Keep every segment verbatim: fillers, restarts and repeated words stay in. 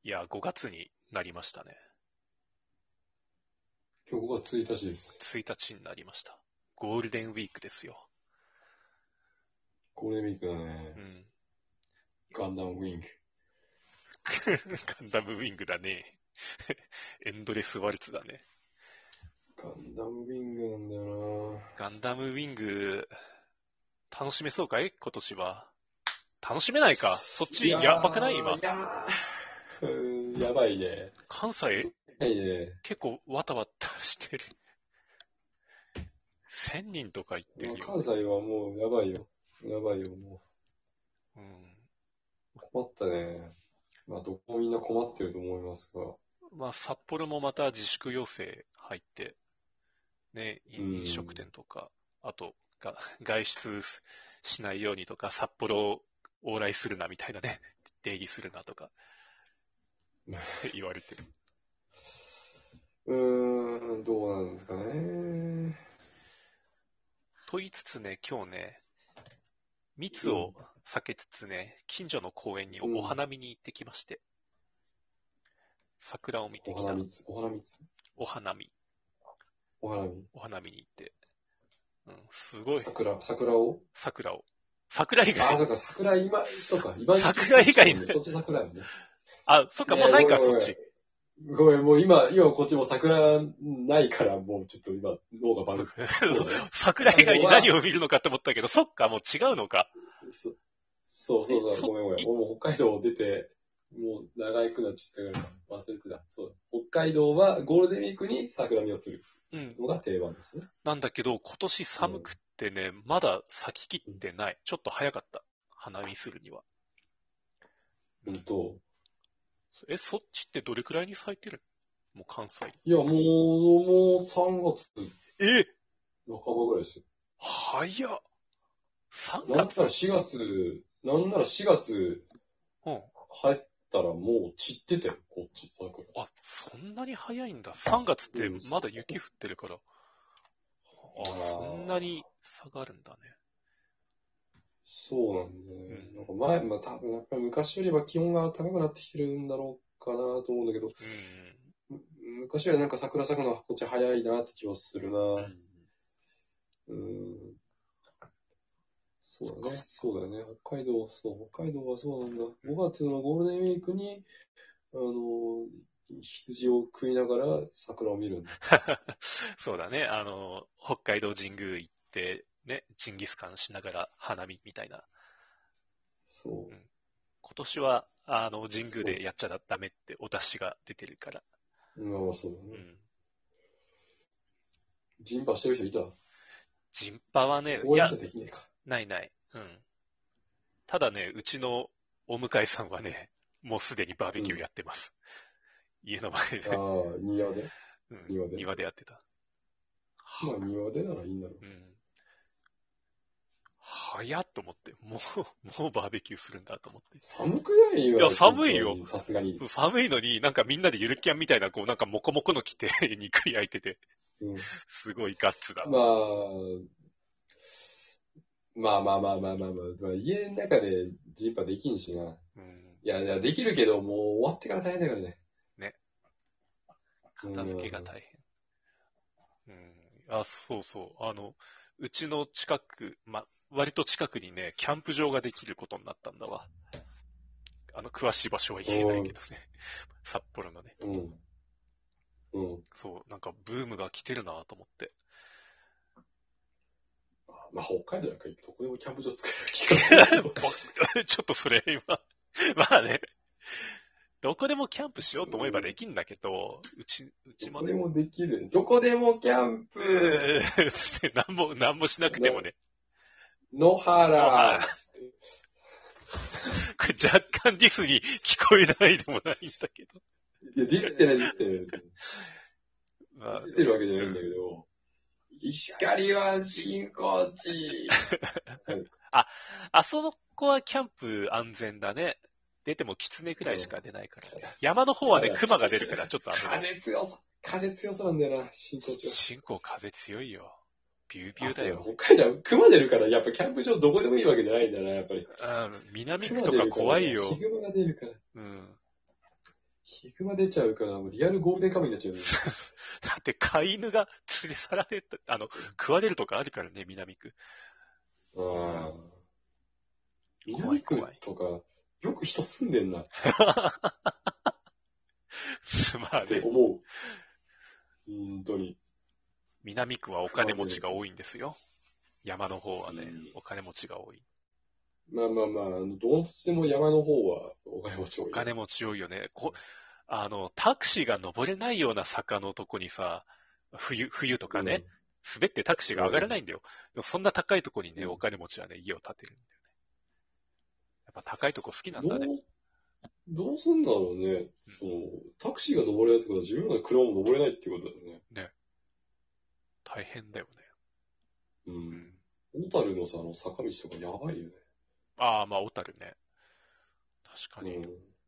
や、ごがつになりましたね。 今日ごがつついたちです。 ついたちになりました。ゴールデンウィークですよ。 ゴールデンウィークだね。 うん。 ガンダムウィング。 ガンダムウィングだね。エンドレスワルツだね。 ガンダムウィングなんだよな。 ガンダムウィング、楽しめそうかい今年は。楽しめないかそっちやばくない今。 いやー、うーん、やばいね。 関西やばいね。 結構わたわたしてる。せんにんとか言ってるよ。 関西はもうやばいよ。やばいよ、もうん。 う。困ったね。まあ、どこもみんな困ってると思いますが。 まあ、札幌もまた自粛要請入って、ね、 うん飲食店とか、あとが、外出しないようにとか、札幌を往来するなみたいなね、出入りするなとか、言われてる。 うーん、どうなんですかね。 と言いつつね、今日ね、密を避けつつね、近所の公園にお花見に行ってきまして、桜を見てきた。 お花見つ、お花見つ。 お花見。 お花見。 お花見に行って。うん、すごい。 桜、桜を桜を。桜以外。 あ、そっか、桜今、そっか、今桜以外の。 そっち桜ね。 あ、そっか、もうないか、そっち。 ごめん、もう今、今こっちも桜ないから、もうちょっと今、脳がバグ。 桜以外に何を見るのかって思ったけど、そっか、もう違うのか。 そそうそうそう、ごめんごめん。もう北海道出て、もう長くなっちゃったから忘れてた。そう。北海道はゴールデンウィークに桜見をするのが定番ですね。 うん、なんだけど、今年寒くってね、うん、まだ咲ききってない。ちょっと早かった。花見するには。 うんと。 え、そっちってどれくらいに咲いてるのもう関西。 いや、もう、もうさんがつ。 え半ばぐらいですよ。 早っ。さんがつなんならしがつ、なんならしがつ、 うん。 入ったらもう散ってたよ、こっち。 あ、そんなに早いんだ。さんがつってまだ雪降ってるから。あ、そんなに差があるんだね。 そうなんだね。うん、なんか前、まあ多分やっぱり昔よりは気温が高くなってきてるんだろうかなと思うんだけど、うん、昔よりなんか桜咲くのはこっち早いなって気はするな。うん。うんそうだね。そうだよね。北海道、そう、北海道はそうなんだ。ごがつのゴールデンウィークに、あの、羊を食いながら桜を見るんだ。 そうだね。あの、北海道神宮行って、ね、ジンギスカンしながら花見みたいな。 そう。うん、 今年は、あの、神宮でやっちゃダメってお達しが出てるから。 まあ、そうだね。うん。ジンパしてる人いた？ ジンパはね、 いや、できねえか。 ないない。うん。ただね、うちのお向いさんはね、もうすでにバーベキューやってます。うん、家の前で。 ああ、庭で、 うん、 庭で。 庭でやってた。 まあ庭でならいいんだろう。 うん。早っと思って、もう、もうバーベキューするんだと思って。 寒くないよ。 いや、寒いよ。 さすがに。 寒いのに、なんかみんなでゆるキャンみたいな、こう、なんかモコモコの着て、肉焼いてて。うん、すごいガッツだ。 まあ、まあまあまあまあまあまあ、家の中でジンパできんしな。うん、いやいや、できるけど、もう終わってから大変だからね。 ね。片付けが大変。うん。あ、そうそう。あの、うちの近く、ま、割と近くにね、キャンプ場ができることになったんだわ。あの、詳しい場所は言えないけどね。札幌のね。うん。うん。そう、なんかブームが来てるなと思って。 まあ、北海道なんかどこでもキャンプ場作れる気がするけど。 ちょっとそれ今、まあね。どこでもキャンプしようと思えばできるんだけど、うち、うちもね。 どこでもできる。どこでもキャンプなんも、なんもしなくてもね。 野原これ若干ディスに聞こえないでもないんだけど。 いや、ディスってない、ディスってない。ディスってるわけじゃないんだけど。石狩は新高地。 あ、あそこはキャンプ安全だね。出てもキツネくらいしか出ないから。山の方はね、熊が出るからちょっと危ない。 風強さ、風強さなんだよな、新高地は。 新高風強いよ。ビュービューだよ。 北海道は熊出るから、やっぱキャンプ場どこでもいいわけじゃないんだな、やっぱり。 うん、南区とか怖いよ。 ヒグマが出るから。 うん。 ヒグマ出ちゃうから、もうリアルゴールデンカムイになっちゃうね。 だって飼い犬が連れ去られた、あの、食われるとかあるからね、南区。 ああ。 怖い南区とか、よく人住んでんなっまあね、 て思う。本当に。 南区はお金持ちが多いんですよ。山の方はね、 うんお金持ちが多い。 まあまあまあ、あのどうしても山の方はお金持ち多い、 お金持ち多いよね。こあの、タクシーが登れないような坂のとこにさ、冬、冬とかね、滑ってタクシーが上がらないんだよ。でもそんな高いとこにね、 うんお金持ちはね、家を建てるんだよね。やっぱ高いとこ好きなんどうだね。、 どうすんだろうね。その、タクシーが登れないってことは自分らの車も登れないってことだよね。 ね。大変だよね。 う。 うんん。 小樽のさ、あの坂道とかやばいよね。 ああ、まあ、小樽ね。確かに。 うん。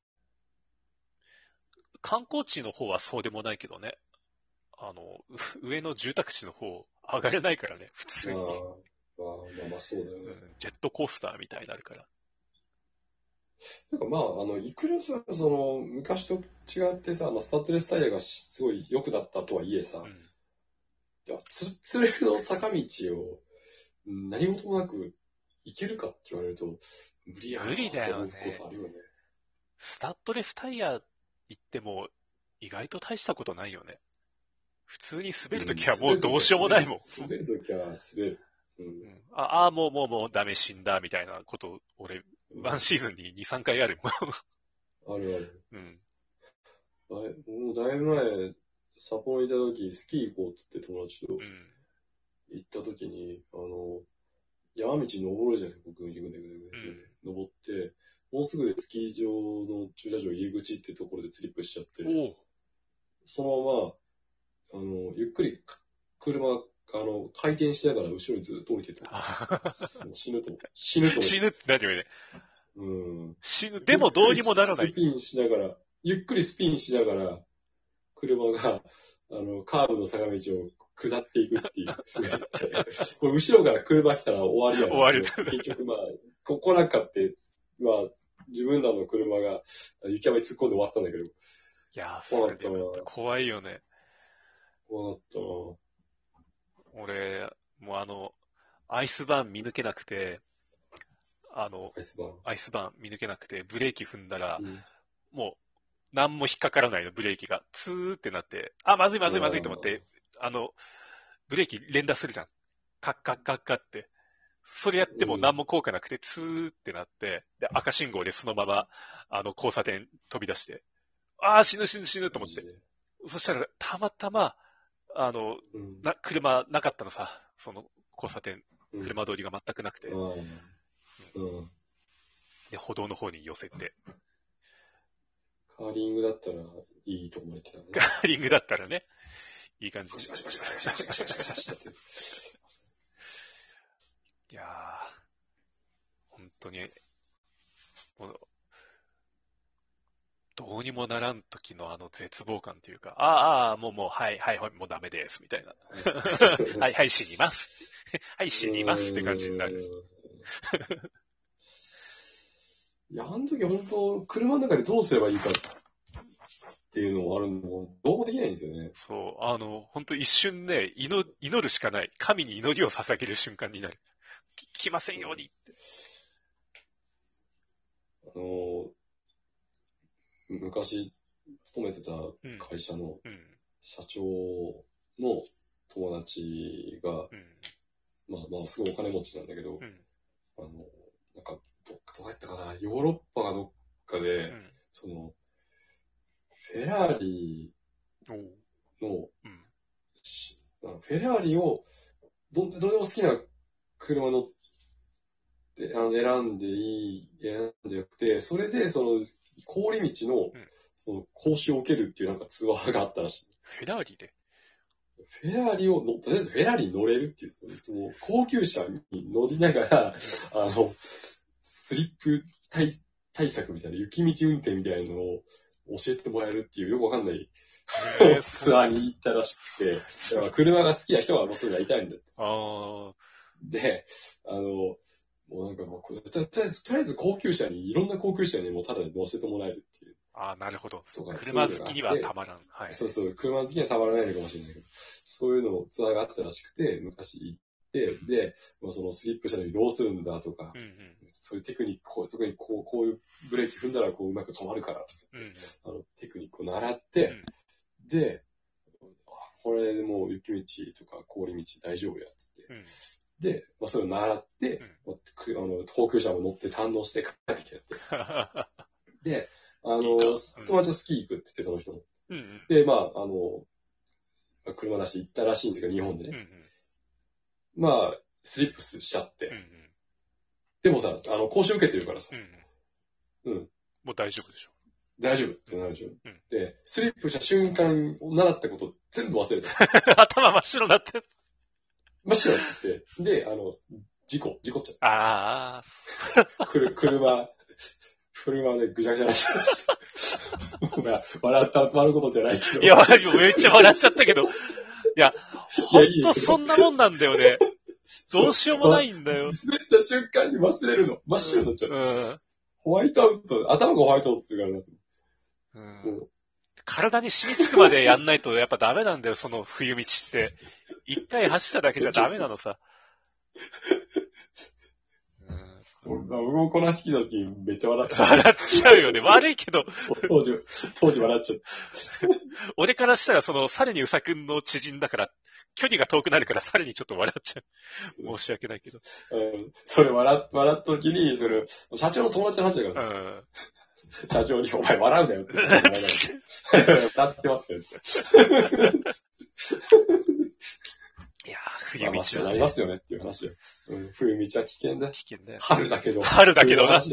観光地の方はそうでもないけどね。あの、う上の住宅地の方、上がれないからね、普通に。 まあ、まあまあまあそうだよね。 うん、ジェットコースターみたいになるから。 なんかまあ、あの、いくらさ、その、昔と違ってさ、まあ、スタッドレスタイヤがすごい良くなったとはいえさ、 うん。 じゃあ、つるつるの坂道をうん何事もなく行けるかって言われると、無理や無理だと思うよねことあるよね。 スタッドレスタイヤ行っても、意外と大したことないよね。普通に滑るときはもうどうしようもないもん。 滑るときは滑る。うんうん、ああー、もうもうもうダメ死んだみたいなこと、俺、ワンシーズンにに、さんかいあるもん。 あるある。 うん。 あれもうだいぶ前、札幌にいたとき、スキー行こうって言って友達とうん。 行ったときに、あの、山道登るじゃない、僕、ぐぐぐぐぐぐ登って、もうすぐでスキー場の駐車場入り口ってところでスリップしちゃって、 おう。 そのまま、あの、ゆっくり車、あの、回転しながら後ろにずっと降りてた。もう死ぬと思う。死ぬと思う。 死ぬって何よね。 うん。 死ぬ。でもどうにもならない。 スピンしながら、ゆっくりスピンしながら、車が、あの、カーブの坂道を下っていくっていう、滑って。これ後ろから車来たら終わりやな。 終わり結局まあ、ここなんかって、まあ、自分らの車が雪山に突っ込んで終わったんだけど。 いやー、そ怖かっれでもたな。 怖いよね。 怖かったな。 俺、もうあの、アイスバーン見抜けなくて、あの、 アイスバーン。 アイスバーン見抜けなくて、ブレーキ踏んだら、 うんもう、何も引っかからないの、ブレーキが。ツーってなって、あ、まずいまずいまずいと思って、あの、ブレーキ連打するじゃん。カッカッカッカって。それやっても何も効果なくて、ツーってなって、で、赤信号でそのまま、あの、交差点飛び出して、あー死ぬ死ぬ死ぬと思って。そしたら、たまたま、あの、 うんな、車なかったのさ、その交差点、 うん車通りが全くなくて、 うんうんで、歩道の方に寄せて、 カーリングだったらいいと思われてたね。 ガーリングだったらね、いい感じバ。シバシバシバシバシバシバシバシバシって。 いやー、本当に、もう、どうにもならん時のあの絶望感というか、ああ、ああもうもう、はい、はい、はいもうダメです、みたいな。はい、はい、死にます。はい、死にますって感じになる。 いや、あの時本当、車の中でどうすればいいかっていうのもあるのも、どうもできないんですよね。 そう、あの、本当一瞬ね、祈祈るしかない。神に祈りを捧げる瞬間になる。き来ませんようにって。 あの、昔勤めてた会社のうん、 社長の友達が、 うん、 まあまあ、すごいお金持ちなんだけど、 うん、 あの、なんか、どっか、どうやったかな、ヨーロッパかどっかで、 うん。 その、フェラーリおうの、 うん、 しあのフェラーリをど、どうでも好きな車乗って、あの選んでいい、選んでよくて、それで、その、氷道のうん、 その、講習を受けるっていうなんかツアーがあったらしい。 フェラーリで。 フェラーリを乗、とりあえずフェラーリに乗れるっていう、その高級車に乗りながら、あの、スリップ対対策みたいな、雪道運転みたいなのを教えてもらえるっていう、よくわかんないツアーに行ったらしくて、だから車が好きな人はもうそれがいたいんだって。 ああ、 で、あの、もうなんかもう、とりあえず、とりあえず高級車に、いろんな高級車にもうただで乗せてもらえるっていう。 ああ、なるほど。 とか車好きにはたまらん。はい。 そうそう、車好きにはたまらないのかもしれないけど、そういうのツアーがあったらしくて、昔行って、で、まあ、そのスリップした時どうするんだとか、 うんうん、 そういうテクニックを、特にこう、こういうブレーキ踏んだらこううまく止まるからとか、 うんうん、 あのテクニックを習って、うん、で、これでもう雪道とか氷道大丈夫やっつって、うん、で、まあ、それを習って、うん、あの高級車も乗って堪能して帰ってきてで、あの、友達とスキー行くって言って、その人も。うんうん、で、まあ、あの、車出して行ったらしいんだけど、日本でね。うんうん、まあ、スリップしちゃって。うんうん、でもさ、あの、講習受けてるからさ。うん、うん。 もう大丈夫でしょ。 大丈夫ってなるでしょ。うん、で、スリップした瞬間、習ったこと全部忘れた。 頭真っ白になって。 真っ白になって。で、あの、事故、事故っちゃった。 ああ。くる、車、車でぐちゃぐちゃになっちゃいました。笑った、笑うことじゃないけど。 いや、めっちゃ笑っちゃったけど。いや、ほんとそんなもんなんだよね。どうしようもないんだよ。 滑った瞬間に忘れるの。真っ白になっちゃう。うん、ホワイトアウト、頭がホワイトアウトするからなんですよ。 うん、体に染みつくまでやんないとやっぱダメなんだよ、その冬道って。一回走っただけじゃダメなのさ。 僕もこの話聞いた時めっちゃ笑っちゃう。 笑っちゃうよね。悪いけど。 当時、当時笑っちゃう。 俺からしたらその、さらにうさくんの知人だから、距離が遠くなるからさらにちょっと笑っちゃう。申し訳ないけど。 うん。それ笑、笑った時に、それ、社長の友達の話だからさ。うん。社長に、お前笑うんだよって。笑ってますよ、って。 いやー、冬道は、ね。 まあ、まあ、なりますよねっていう話よ。うん、冬道は危険だ。 危険だよ。 春だけど。 春だけどな。